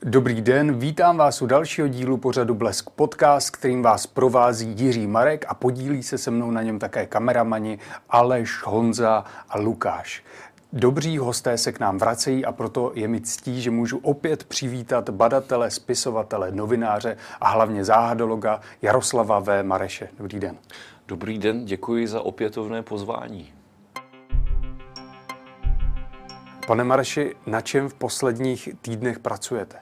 Dobrý den, vítám vás u dalšího dílu pořadu Blesk Podcast, kterým vás provází Jiří Marek a podílí se mnou na něm také kameramani Aleš, Honza a Lukáš. Dobří hosté se k nám vracejí a proto je mi ctí, že můžu opět přivítat badatele, spisovatele, novináře a hlavně záhadologa Jaroslava V. Mareše. Dobrý den. Dobrý den, děkuji za opětovné pozvání. Pane Mareši, na čem v posledních týdnech pracujete?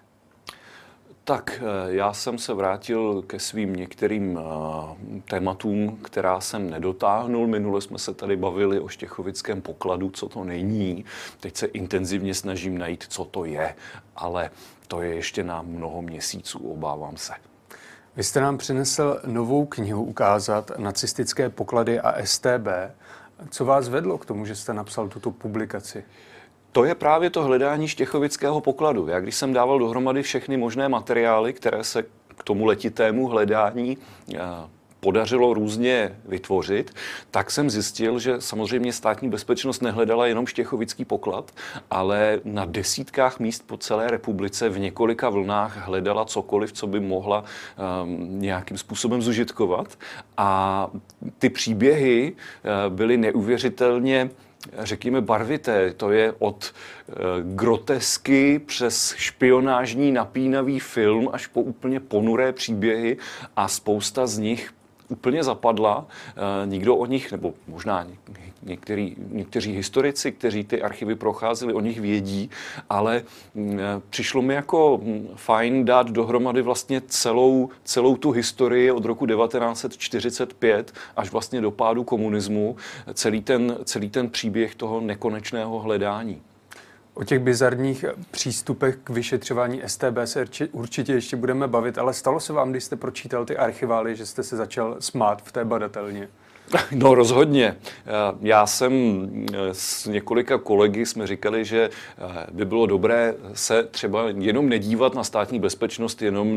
Tak, já jsem se vrátil ke svým některým tématům, která jsem nedotáhnul. Minule jsme se tady bavili o štěchovickém pokladu, co to není. Teď se intenzivně snažím najít, co to je, ale to je ještě na mnoho měsíců, obávám se. Vy jste nám přinesl novou knihu ukázat, Nacistické poklady a StB. Co vás vedlo k tomu, že jste napsal tuto publikaci? To je právě to hledání štěchovického pokladu. Já když jsem dával dohromady všechny možné materiály, které se k tomu letitému hledání podařilo různě vytvořit, tak jsem zjistil, že samozřejmě státní bezpečnost nehledala jenom štěchovický poklad, ale na desítkách míst po celé republice v několika vlnách hledala cokoliv, co by mohla nějakým způsobem zužitkovat. A ty příběhy byly neuvěřitelně, řekněme, barvité. To je od grotesky přes špionážní napínavý film až po úplně ponuré příběhy a spousta z nich úplně zapadla. Nikdo o nich, nebo možná někteří historici, kteří ty archivy procházeli, o nich vědí, ale přišlo mi jako fajn dát dohromady vlastně celou tu historii od roku 1945 až vlastně do pádu komunismu, celý ten příběh toho nekonečného hledání. O těch bizarních přístupech k vyšetřování StB se určitě ještě budeme bavit, ale stalo se vám, když jste pročítal ty archivály, že jste se začal smát v té badatelně? No rozhodně. Já jsem s několika kolegy jsme říkali, že by bylo dobré se třeba jenom nedívat na státní bezpečnost, jenom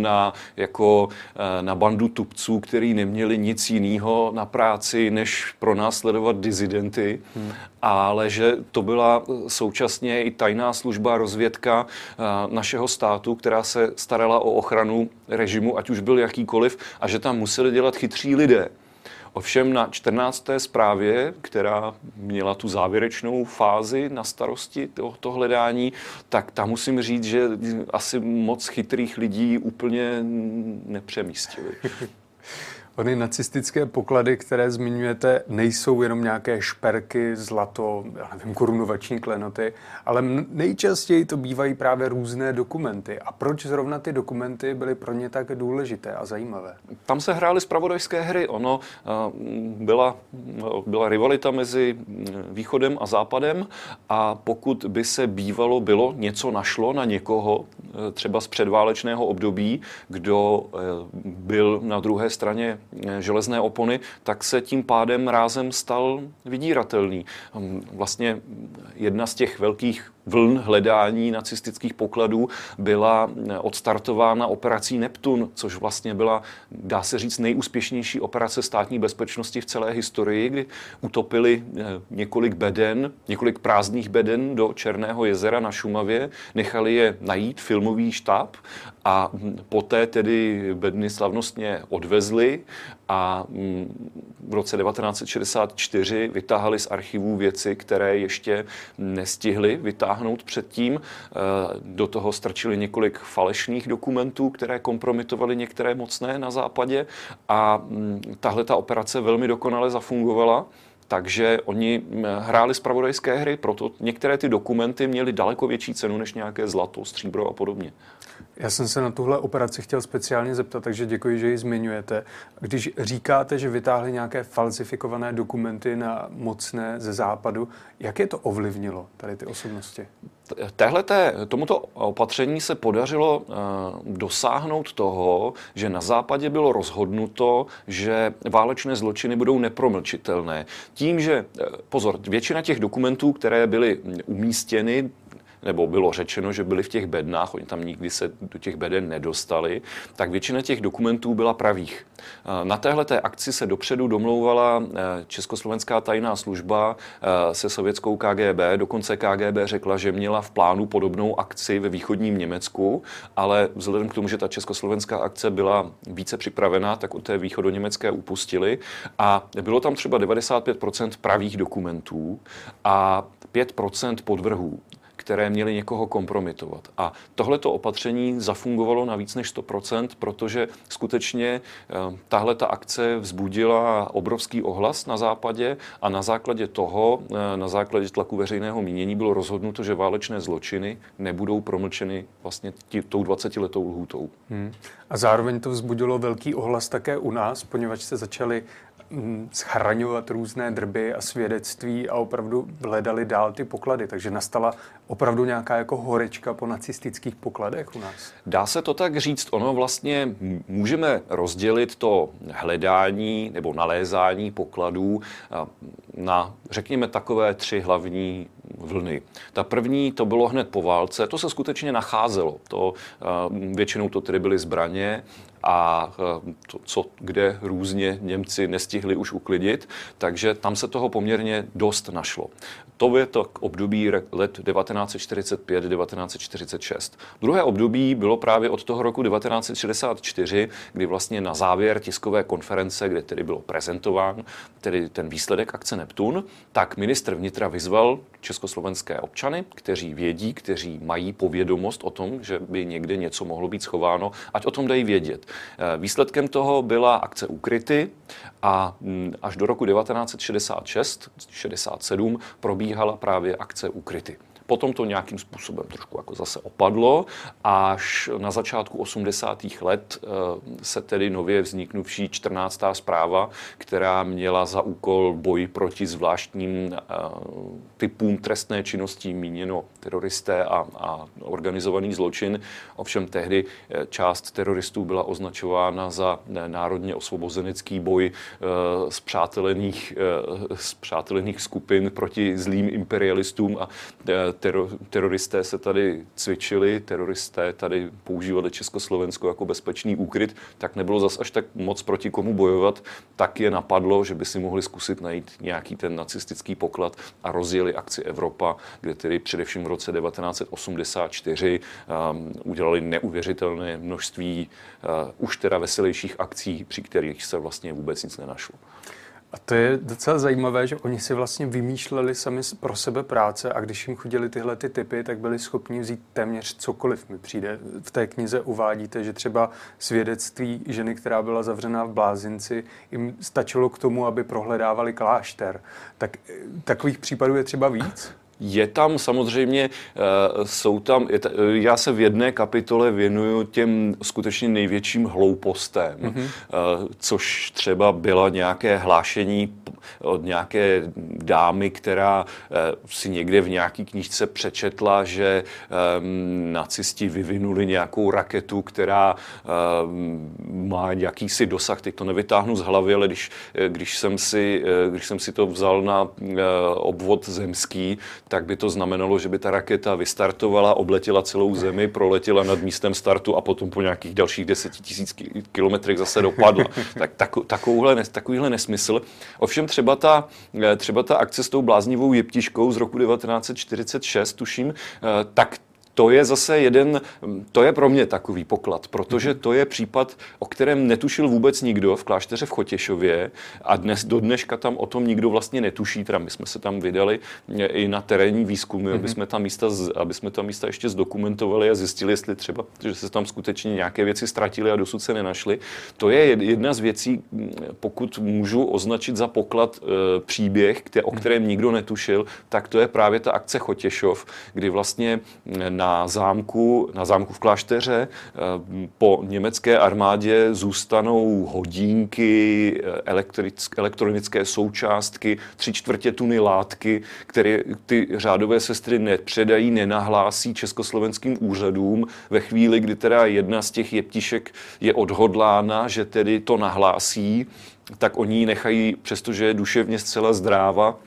na bandu tupců, který neměli nic jiného na práci, než pronásledovat dizidenty, ale že to byla současně i tajná služba, rozvědka našeho státu, která se starala o ochranu režimu, ať už byl jakýkoliv, a že tam museli dělat chytří lidé. Ovšem na 14. zprávě, která měla tu závěrečnou fázi na starosti toho hledání, tak tam musím říct, že asi moc chytrých lidí úplně nepřemístili. Ony nacistické poklady, které zmiňujete, nejsou jenom nějaké šperky, zlato, korunovační klenoty, ale nejčastěji to bývají právě různé dokumenty. A proč zrovna ty dokumenty byly pro ně tak důležité a zajímavé? Tam se hrály zpravodajské hry. Byla rivalita mezi východem a západem a pokud by se bylo něco našlo na někoho, třeba z předválečného období, kdo byl na druhé straně železné opony, tak se tím pádem rázem stal vydíratelný. Vlastně jedna z těch velkých vln hledání nacistických pokladů byla odstartována operací Neptun, což vlastně byla, dá se říct, nejúspěšnější operace státní bezpečnosti v celé historii, kdy utopili několik prázdných beden do Černého jezera na Šumavě, nechali je najít filmový štáb a poté tedy bedny slavnostně odvezli a v roce 1964 vytáhali z archivů věci, které ještě nestihli vytáhnout předtím. Do toho strčili několik falešných dokumentů, které kompromitovaly některé mocné na západě a tahle ta operace velmi dokonale zafungovala. Takže oni hráli zpravodajské hry, proto některé ty dokumenty měly daleko větší cenu než nějaké zlato, stříbro a podobně. Já jsem se na tuhle operaci chtěl speciálně zeptat, takže děkuji, že ji zmiňujete. Když říkáte, že vytáhli nějaké falsifikované dokumenty na mocné ze západu, jak je to ovlivnilo, tady ty osobnosti? Tomuto opatření se podařilo dosáhnout toho, že na západě bylo rozhodnuto, že válečné zločiny budou nepromlčitelné. Tím, že, většina těch dokumentů, které byly umístěny nebo bylo řečeno, že byli v těch bednách, oni tam nikdy se do těch beden nedostali, tak většina těch dokumentů byla pravých. Na téhleté akci se dopředu domlouvala československá tajná služba se sovětskou KGB, dokonce KGB řekla, že měla v plánu podobnou akci ve východním Německu, ale vzhledem k tomu, že ta československá akce byla více připravená, tak od té východoněmecké upustili a bylo tam třeba 95% pravých dokumentů a 5% podvrhů, které měly někoho kompromitovat. A tohleto opatření zafungovalo na víc než 100%, protože skutečně tahleta akce vzbudila obrovský ohlas na západě a na základě toho, na základě tlaku veřejného mínění bylo rozhodnuto, že válečné zločiny nebudou promlčeny vlastně tou 20letou lhůtou. A zároveň to vzbudilo velký ohlas také u nás, poněvadž se začaly schraňovat různé drby a svědectví a opravdu hledali dál ty poklady. Takže nastala opravdu nějaká jako horečka po nacistických pokladech u nás. Dá se to tak říct, ono vlastně můžeme rozdělit to hledání nebo nalézání pokladů na, řekněme, takové 3 hlavní vlny. Ta první, to bylo hned po válce, to se skutečně nacházelo. Většinou to tedy byly zbraně a kde různě Němci nestihli už uklidit, takže tam se toho poměrně dost našlo. To je to období let 1945-1946. Druhé období bylo právě od toho roku 1964, kdy vlastně na závěr tiskové konference, kde tedy bylo prezentován tedy ten výsledek akce Neptun, tak ministr vnitra vyzval československé občany, kteří mají povědomost o tom, že by někde něco mohlo být schováno, ať o tom dají vědět. Výsledkem toho byla akce Ukryty a až do roku 1966-67 probíhala právě akce Ukryty. Potom to nějakým způsobem trošku jako zase opadlo, až na začátku 80. let se tedy nově vzniknuvší 14. zpráva, která měla za úkol boj proti zvláštním typům trestné činnosti, míněno teroristé a organizovaný zločin. Ovšem tehdy část teroristů byla označována za národně osvobozenecký boj spřátelených skupin proti zlým imperialistům a teroristé se tady cvičili, teroristé tady používali Československo jako bezpečný úkryt, tak nebylo zas až tak moc proti komu bojovat, tak je napadlo, že by si mohli zkusit najít nějaký ten nacistický poklad a rozjeli akci Evropa, kde tedy především v roce 1984 udělali neuvěřitelné množství už teda veselějších akcí, při kterých se vlastně vůbec nic nenašlo. A to je docela zajímavé, že oni si vlastně vymýšleli sami pro sebe práce a když jim chodili tyhle ty typy, tak byli schopni vzít téměř cokoliv mi přijde. V té knize uvádíte, že třeba svědectví ženy, která byla zavřená v blázinci, jim stačilo k tomu, aby prohledávali klášter. Tak takových případů je třeba víc? Je tam samozřejmě, já se v jedné kapitole věnuju těm skutečně největším hloupostem, což třeba bylo nějaké hlášení od nějaké dámy, která si někde v nějaký knížce přečetla, že nacisti vyvinuli nějakou raketu, která má jakýsi dosah, teď to nevytáhnu z hlavy, ale když jsem si to vzal na obvod zemský, tak by to znamenalo, že by ta raketa vystartovala, obletěla celou zemi, proletěla nad místem startu a potom po nějakých dalších 10 000 kilometrech zase dopadla. Takovýhle nesmysl. Ovšem třeba ta akce s tou bláznivou jeptiškou z roku 1946, tuším, tak to je zase to je pro mě takový poklad, protože to je případ, o kterém netušil vůbec nikdo v klášteře v Chotěšově a do dneška tam o tom nikdo vlastně netuší. Teda my jsme se tam vydali i na terénní výzkumy, aby jsme tam místa ještě zdokumentovali a zjistili, jestli třeba, že se tam skutečně nějaké věci ztratily a dosud se nenašly. To je jedna z věcí, pokud můžu označit za poklad příběh, o kterém nikdo netušil, tak to je právě ta akce Chotěšov, kdy vlastně na zámku v klášteře po německé armádě zůstanou hodinky, elektronické součástky, 3/4 tuny látky, které ty řádové sestry nepředají, nenahlásí československým úřadům ve chvíli, kdy teda jedna z těch jeptišek je odhodlána, že tedy to nahlásí, tak oni ji nechají, přestože je duševně zcela zdráva,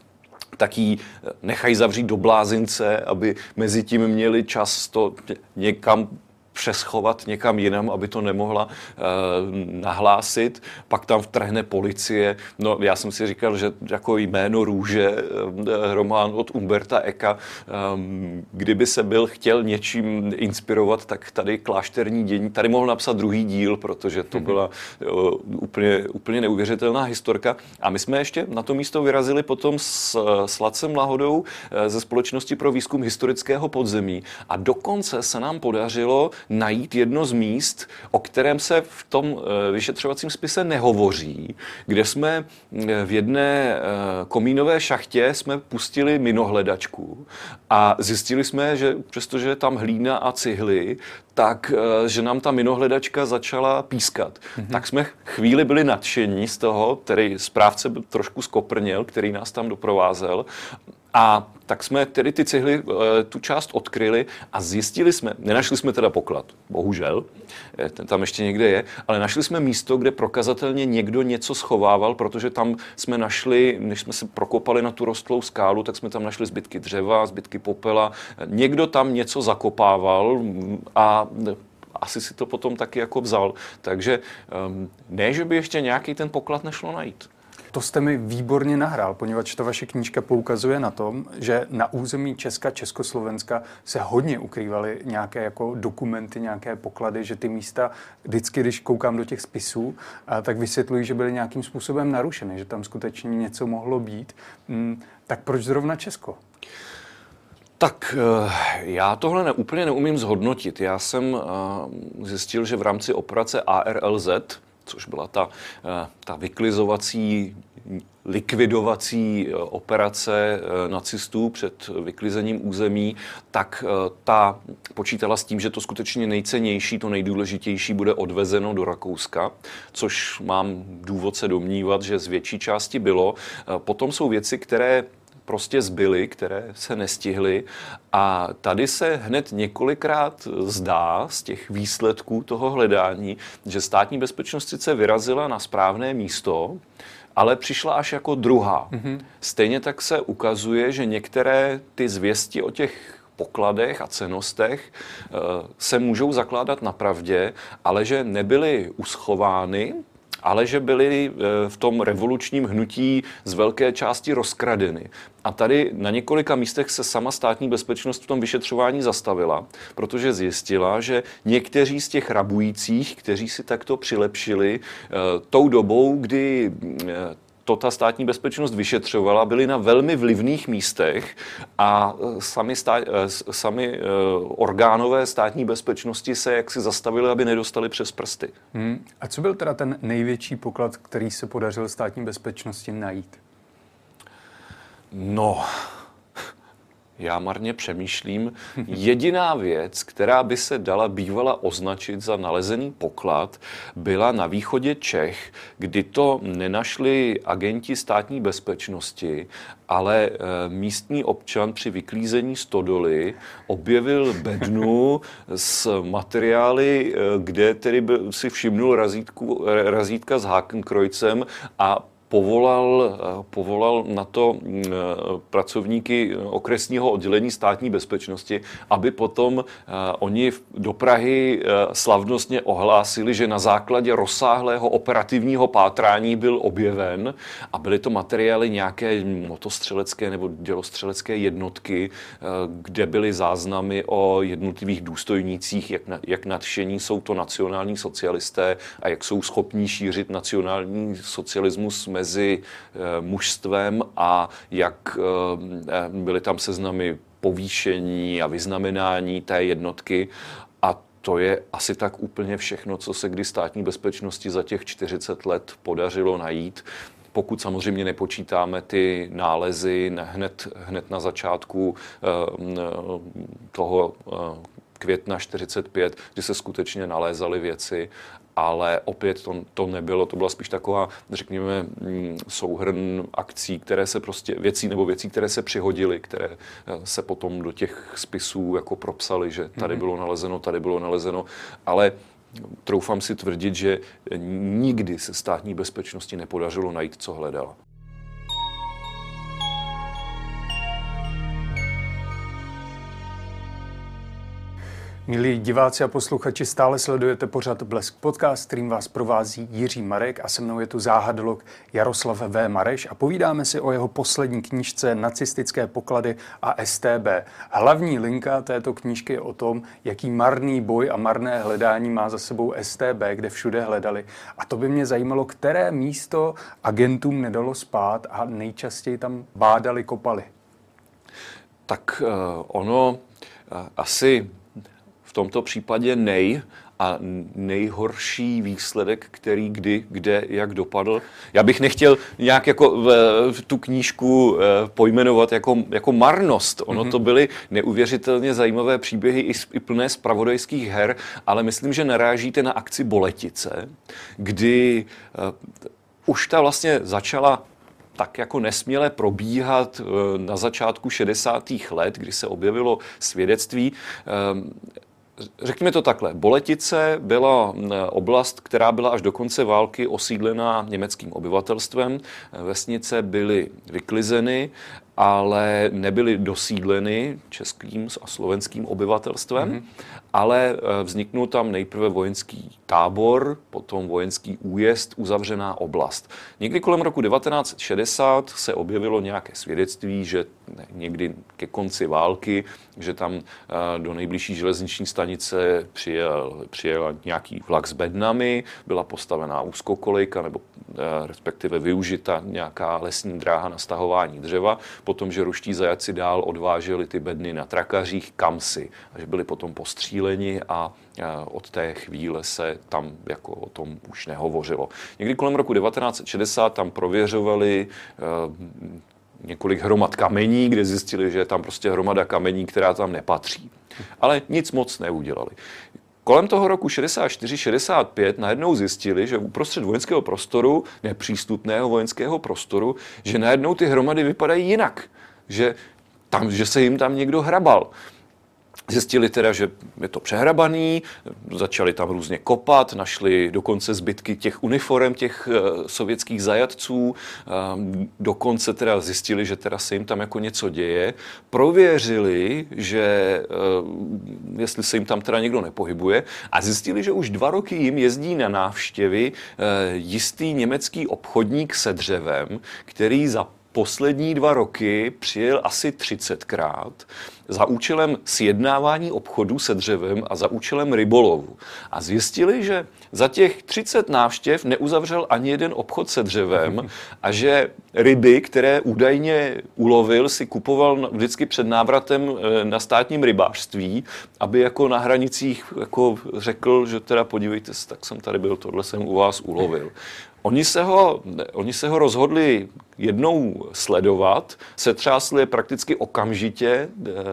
tak ji nechají zavřít do blázince, aby mezi tím měli čas to někam přeschovat někam jinam, aby to nemohla nahlásit. Pak tam vtrhne policie. No, já jsem si říkal, že jako Jméno růže, román od Umberta Ecka, kdyby se byl chtěl něčím inspirovat, tak tady Klášterní dění, tady mohl napsat druhý díl, protože to byla úplně neuvěřitelná historka. A my jsme ještě na to místo vyrazili potom s Lacem Lahodou ze Společnosti pro výzkum historického podzemí. A dokonce se nám podařilo najít jedno z míst, o kterém se v tom vyšetřovacím spise nehovoří, kde jsme v jedné komínové šachtě jsme pustili minohledačku a zjistili jsme, že přestože je tam hlína a cihly, tak, že nám ta minohledačka začala pískat. Tak jsme chvíli byli nadšení z toho, který správce trošku skoprněl, který nás tam doprovázel. A tak jsme tedy ty cihly, tu část odkryli a zjistili jsme, nenašli jsme teda poklad, bohužel, ten tam ještě někde je, ale našli jsme místo, kde prokazatelně někdo něco schovával, protože tam jsme našli, než jsme se prokopali na tu rostlou skálu, tak jsme tam našli zbytky dřeva, zbytky popela. Někdo tam něco zakopával a asi si to potom taky jako vzal. Takže ne, že by ještě nějaký ten poklad nešlo najít. To jste mi výborně nahrál, poněvadž ta vaše knížka poukazuje na tom, že na území Česka, Československa se hodně ukrývaly nějaké jako dokumenty, nějaké poklady, že ty místa vždycky, když koukám do těch spisů, tak vysvětlují, že byly nějakým způsobem narušeny, že tam skutečně něco mohlo být. Tak proč zrovna Česko? Tak já tohle úplně neumím zhodnotit. Já jsem zjistil, že v rámci operace ARLZ, což byla ta vyklizovací, likvidovací operace nacistů před vyklizením území, tak ta počítala s tím, že to skutečně nejcennější, to nejdůležitější bude odvezeno do Rakouska, což mám důvod se domnívat, že z větší části bylo. Potom jsou věci, které prostě zbyly, které se nestihly a tady se hned několikrát zdá z těch výsledků toho hledání, že státní bezpečnost sice vyrazila na správné místo, ale přišla až jako druhá. Stejně tak se ukazuje, že některé ty zvěsti o těch pokladech a cennostech se můžou zakládat na pravdě, ale že nebyly uschovány, ale že byly v tom revolučním hnutí z velké části rozkradeny. A tady na několika místech se sama státní bezpečnost v tom vyšetřování zastavila, protože zjistila, že někteří z těch rabujících, kteří si takto přilepšili tou dobou, kdy ta státní bezpečnost vyšetřovala, byli na velmi vlivných místech a sami orgánové státní bezpečnosti se jaksi zastavili, aby nedostali přes prsty. A co byl teda ten největší poklad, který se podařil státní bezpečnosti najít? No, já marně přemýšlím. Jediná věc, která by se dala bývala označit za nalezený poklad, byla na východě Čech, kdy to nenašli agenti státní bezpečnosti, ale místní občan při vyklízení stodoly objevil bednu s materiály, kde tedy si všimnul razítka s Hakenkreutzem a povolal na to pracovníky okresního oddělení státní bezpečnosti, aby potom oni do Prahy slavnostně ohlásili, že na základě rozsáhlého operativního pátrání byl objeven a byly to materiály nějaké motostřelecké nebo dělostřelecké jednotky, kde byly záznamy o jednotlivých důstojnících, jak nadšení jsou to nacionální socialisté a jak jsou schopní šířit nacionální socialismus mezi mužstvem a jak byly tam seznamy povýšení a vyznamenání té jednotky. A to je asi tak úplně všechno, co se kdy státní bezpečnosti za těch 40 let podařilo najít. Pokud samozřejmě nepočítáme ty nálezy hned na začátku toho května 45, kdy se skutečně nalézaly věci, ale opět to nebylo, to byla spíš taková, řekněme, souhrn akcí, které se prostě, věcí, které se přihodily, které se potom do těch spisů jako propsaly, že tady bylo nalezeno, ale troufám si tvrdit, že nikdy se státní bezpečnosti nepodařilo najít, co hledala. Milí diváci a posluchači, stále sledujete pořad Blesk Podcast, kterým vás provází Jiří Marek a se mnou je tu záhadolog Jaroslav V. Mareš a povídáme si o jeho poslední knížce Nacistické poklady a StB. Hlavní linka této knížky je o tom, jaký marný boj a marné hledání má za sebou StB, kde všude hledali. A to by mě zajímalo, které místo agentům nedalo spát a nejčastěji tam bádali, kopali. Tak ono asi v tomto případě nejhorší výsledek, který kdy, kde, jak dopadl. Já bych nechtěl nějak jako tu knížku pojmenovat jako marnost. Ono to byly neuvěřitelně zajímavé příběhy i plné zpravodajských her, ale myslím, že narážíte na akci Boletice, kdy už ta vlastně začala tak jako nesměle probíhat na začátku 60. let, kdy se objevilo svědectví. Řekněme to takhle, Boletice byla oblast, která byla až do konce války osídlená německým obyvatelstvem. Vesnice byly vyklizeny, ale nebyly dosídleny českým a slovenským obyvatelstvem, ale vzniknul tam nejprve vojenský tábor, potom vojenský újezd, uzavřená oblast. Někdy kolem roku 1960 se objevilo nějaké svědectví, že někdy ke konci války, že tam do nejbližší železniční stanice přijel nějaký vlak s bednami, byla postavená úzkokolejka nebo respektive využita nějaká lesní dráha na stahování dřeva, potom, že ruští zajatci dál odváželi ty bedny na trakařích kamsi, a že byli potom postříleni a od té chvíle se tam jako o tom už nehovořilo. Někdy kolem roku 1960 tam prověřovali několik hromad kamení, kde zjistili, že je tam prostě hromada kamení, která tam nepatří. Ale nic moc neudělali. Kolem toho roku 64-65 najednou zjistili, že uprostřed vojenského prostoru, nepřístupného vojenského prostoru, že najednou ty hromady vypadají jinak. Že se jim tam někdo hrabal. Zjistili teda, že je to přehrabaný, začali tam různě kopat, našli dokonce zbytky těch uniforem těch sovětských zajatců, dokonce teda zjistili, že teda se jim tam jako něco děje, prověřili, že jestli se jim tam teda někdo nepohybuje a zjistili, že už 2 roky jim jezdí na návštěvy jistý německý obchodník se dřevem, který za poslední 2 roky přijel asi 30krát za účelem sjednávání obchodu se dřevem a za účelem rybolovu. A zjistili, že za těch 30 návštěv neuzavřel ani jeden obchod se dřevem a že ryby, které údajně ulovil, si kupoval vždycky před návratem na státním rybářství, aby jako na hranicích jako řekl, že teda podívejte se, tak jsem tady byl, tohle jsem u vás ulovil. Oni se ho rozhodli jednou sledovat, setřásli je prakticky okamžitě,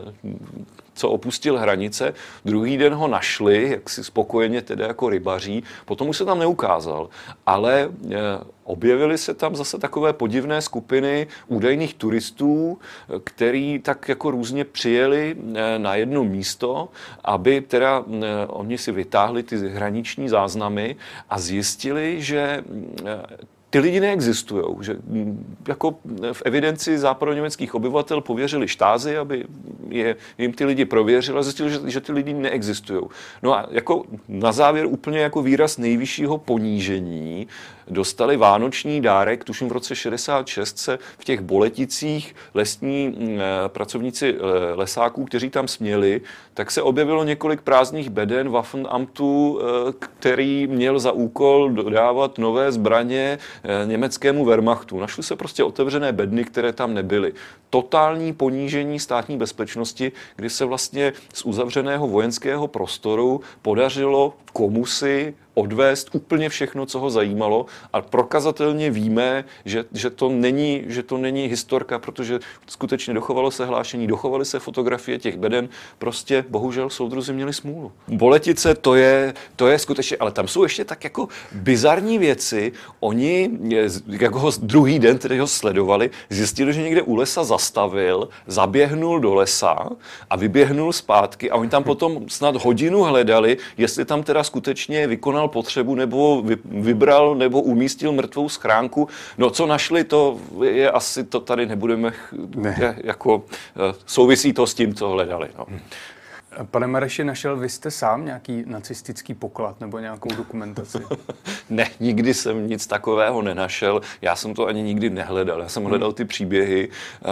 co opustil hranice, druhý den ho našli, jak si spokojeně tedy jako rybaří, potom už se tam neukázal, ale objevily se tam zase takové podivné skupiny údajných turistů, který tak jako různě přijeli na jedno místo, aby teda oni si vytáhli ty hraniční záznamy a zjistili, že ty lidi neexistují, že jako v evidenci západoněmeckých obyvatel pověřili štázy, aby jim ty lidi prověřili a zjistili, že ty lidi neexistují. No a jako na závěr úplně jako výraz nejvyššího ponížení dostali vánoční dárek, tuším v roce 66 se v těch Boleticích lesní pracovníci lesáků, kteří tam směli, tak se objevilo několik prázdných beden Waffenamtu, který měl za úkol dodávat nové zbraně německému Wehrmachtu. Našly se prostě otevřené bedny, které tam nebyly. Totální ponížení státní bezpečnosti, kdy se vlastně z uzavřeného vojenského prostoru podařilo komusi odvést úplně všechno, co ho zajímalo, a prokazatelně víme, že to není historka, protože skutečně dochovalo se hlášení, dochovaly se fotografie těch beden, prostě bohužel soudruzi měli smůlu. Boletice to je skutečně, ale tam jsou ještě tak jako bizarní věci. Oni, jak ho druhý den, tedy ho sledovali, zjistili, že někde u lesa zastavil, zaběhnul do lesa a vyběhnul zpátky a oni tam potom snad hodinu hledali, jestli tam teda skutečně vykonal potřebu nebo vybral nebo umístil mrtvou schránku. No, co našli, to je asi, to tady nebudeme, jako souvisí to s tím, co hledali. No. Pane Mareši, našel vy jste sám nějaký nacistický poklad nebo nějakou dokumentaci? Ne, nikdy jsem nic takového nenašel. Já jsem to ani nikdy nehledal. Já jsem hledal ty příběhy.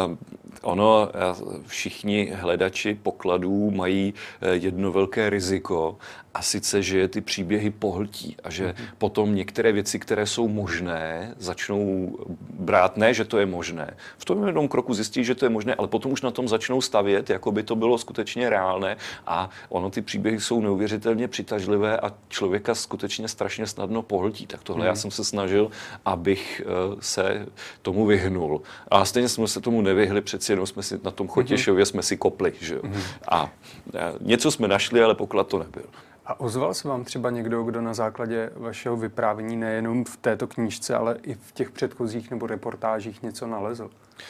Všichni hledači pokladů mají jedno velké riziko, a sice, že je ty příběhy pohltí a že potom některé věci, které jsou možné, začnou brát, ne, že to je možné. V tom jednom kroku zjistí, že to je možné, ale potom už na tom začnou stavět, jako by to bylo skutečně reálné, a ty příběhy jsou neuvěřitelně přitažlivé a člověka skutečně strašně snadno pohltí. Tak tohle já jsem se snažil, abych se tomu vyhnul. A stejně jsme se tomu nevyhli, přeci jenom jsme si na tom Chotěšově jsme si kopli. Že jo? A něco jsme našli, ale poklad to nebyl. A ozval se vám třeba někdo, kdo na základě vašeho vyprávění nejenom v této knížce, ale i v těch předchozích nebo reportážích něco nalezl?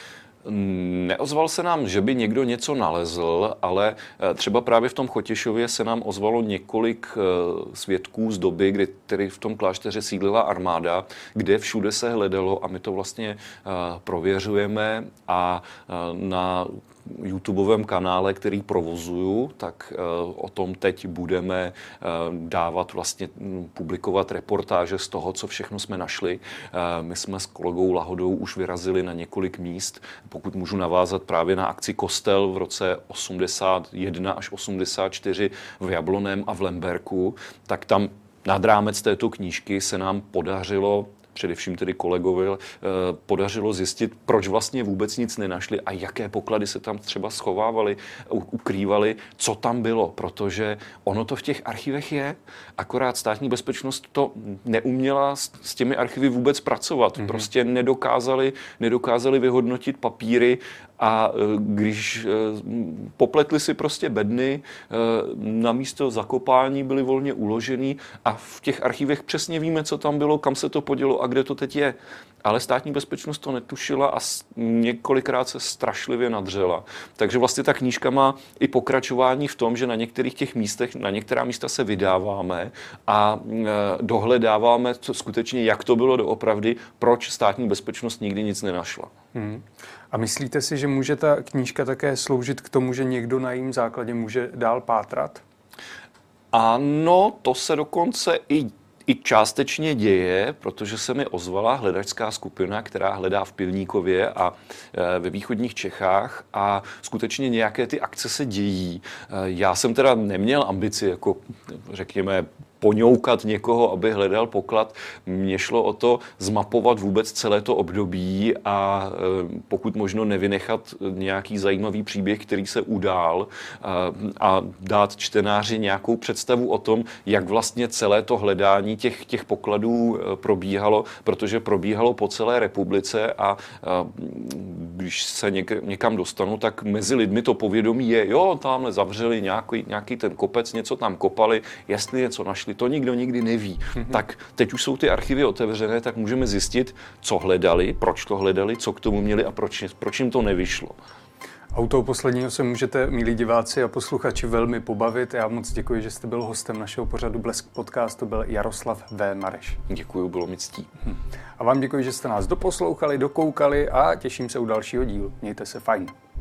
Neozval se nám, že by někdo něco nalezl, ale třeba právě v tom Chotěšově se nám ozvalo několik svědků z doby, kdy tedy v tom klášteře sídlila armáda, kde všude se hledalo, a my to vlastně prověřujeme, a na YouTubeovém kanále, který provozuju, tak o tom teď budeme dávat, vlastně publikovat reportáže z toho, co všechno jsme našli. My jsme s kolegou Lahodou už vyrazili na několik míst. Pokud můžu navázat právě na akci Kostel v roce 81 až 84 v Jablonném a v Lemberku, tak tam nad rámec této knížky se nám podařilo, především tedy kolegovi, podařilo zjistit, proč vlastně vůbec nic nenašli a jaké poklady se tam třeba schovávaly, ukrývaly, co tam bylo, protože ono to v těch archivech je, akorát Státní bezpečnost to neuměla s těmi archivy vůbec pracovat. Prostě nedokázali vyhodnotit papíry, a když popletli si prostě bedny, na místo zakopání byly volně uložený a v těch archivech přesně víme, co tam bylo, kam se to podělo a kde to teď je. Ale Státní bezpečnost to netušila a několikrát se strašlivě nadřela. Takže vlastně ta knížka má i pokračování v tom, že na některých těch místech, na některá místa se vydáváme a dohledáváme skutečně, jak to bylo doopravdy, proč Státní bezpečnost nikdy nic nenašla. A myslíte si, že může ta knížka také sloužit k tomu, že někdo na jejím základě může dál pátrat? Ano, to se dokonce i částečně děje, protože se mi ozvala hledačská skupina, která hledá v Pilníkově a ve východních Čechách, a skutečně nějaké ty akce se dějí. Já jsem teda neměl ambici, jako řekněme, poňoukat někoho, aby hledal poklad. Mně šlo o to zmapovat vůbec celé to období a pokud možno nevynechat nějaký zajímavý příběh, který se udál, a dát čtenáři nějakou představu o tom, jak vlastně celé to hledání těch pokladů probíhalo, protože probíhalo po celé republice a když se někam dostanu, tak mezi lidmi to povědomí je, jo, tamhle zavřeli nějaký ten kopec, něco tam kopali, jestli něco našli, to nikdo nikdy neví. Tak teď už jsou ty archivy otevřené, tak můžeme zjistit, co hledali, proč to hledali, co k tomu měli a proč jim to nevyšlo. A u toho posledního se můžete, milí diváci a posluchači, velmi pobavit. Já moc děkuji, že jste byl hostem našeho pořadu Blesk Podcast, to byl Jaroslav V. Mareš. Děkuji, bylo mi ctí. A vám děkuji, že jste nás doposlouchali, dokoukali a těším se u dalšího dílu. Mějte se fajn.